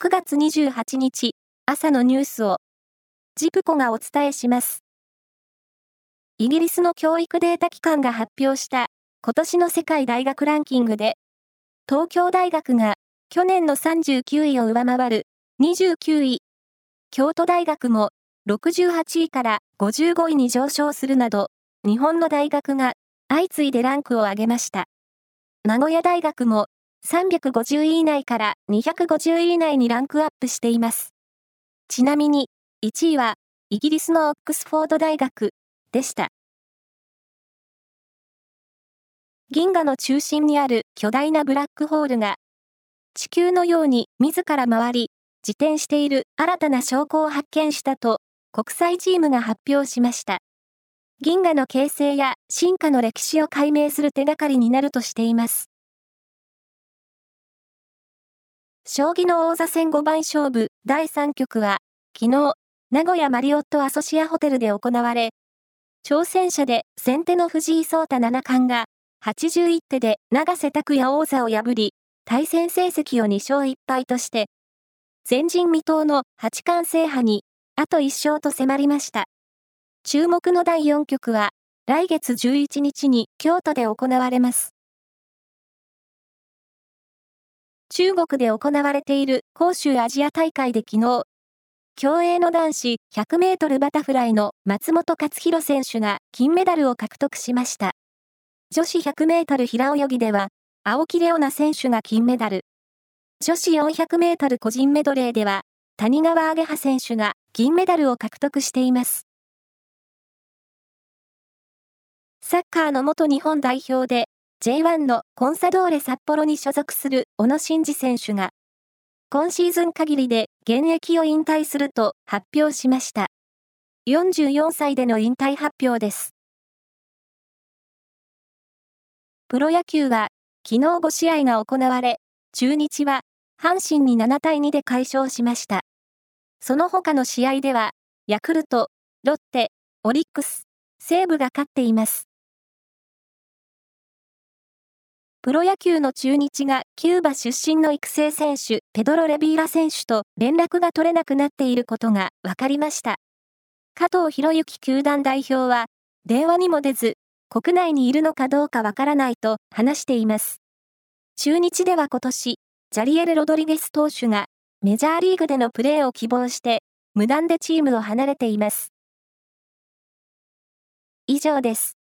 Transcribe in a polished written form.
9月28日、朝のニュースを、ジプコがお伝えします。イギリスの教育データ機関が発表した今年の世界大学ランキングで、東京大学が去年の39位を上回る29位、京都大学も68位から55位に上昇するなど、日本の大学が相次いでランクを上げました。名古屋大学も350位以内から250位以内にランクアップしています。ちなみに、1位はイギリスのオックスフォード大学でした。銀河の中心にある巨大なブラックホールが、地球のように自ら回り、自転している新たな証拠を発見したと、国際チームが発表しました。銀河の形成や進化の歴史を解明する手がかりになるとしています。将棋の王座戦五番勝負第3局は、昨日、名古屋マリオットアソシアホテルで行われ、挑戦者で先手の藤井聡太七冠が、81手で永瀬拓矢王座を破り、対戦成績を2勝1敗として、前人未到の八冠制覇に、あと1勝と迫りました。注目の第4局は、来月11日に京都で行われます。中国で行われている杭州アジア大会で昨日、競泳の男子100メートルバタフライの松本克央選手が金メダルを獲得しました。女子100メートル平泳ぎでは、青木玲緒樹選手が金メダル。女子400メートル個人メドレーでは、谷川亜華葉選手が銀メダルを獲得しています。サッカーの元日本代表で、J1 のコンサドーレ札幌に所属する小野伸二選手が、今シーズン限りで現役を引退すると発表しました。44歳での引退発表です。プロ野球は、昨日5試合が行われ、中日は、阪神に7対2で快勝しました。その他の試合では、ヤクルト、ロッテ、オリックス、西武が勝っています。プロ野球の中日がキューバ出身の育成選手、ペドロ・レビーラ選手と連絡が取れなくなっていることが分かりました。加藤博之球団代表は、電話にも出ず、国内にいるのかどうかわからないと話しています。中日では今年、ジャリエル・ロドリゲス投手がメジャーリーグでのプレーを希望して、無断でチームを離れています。以上です。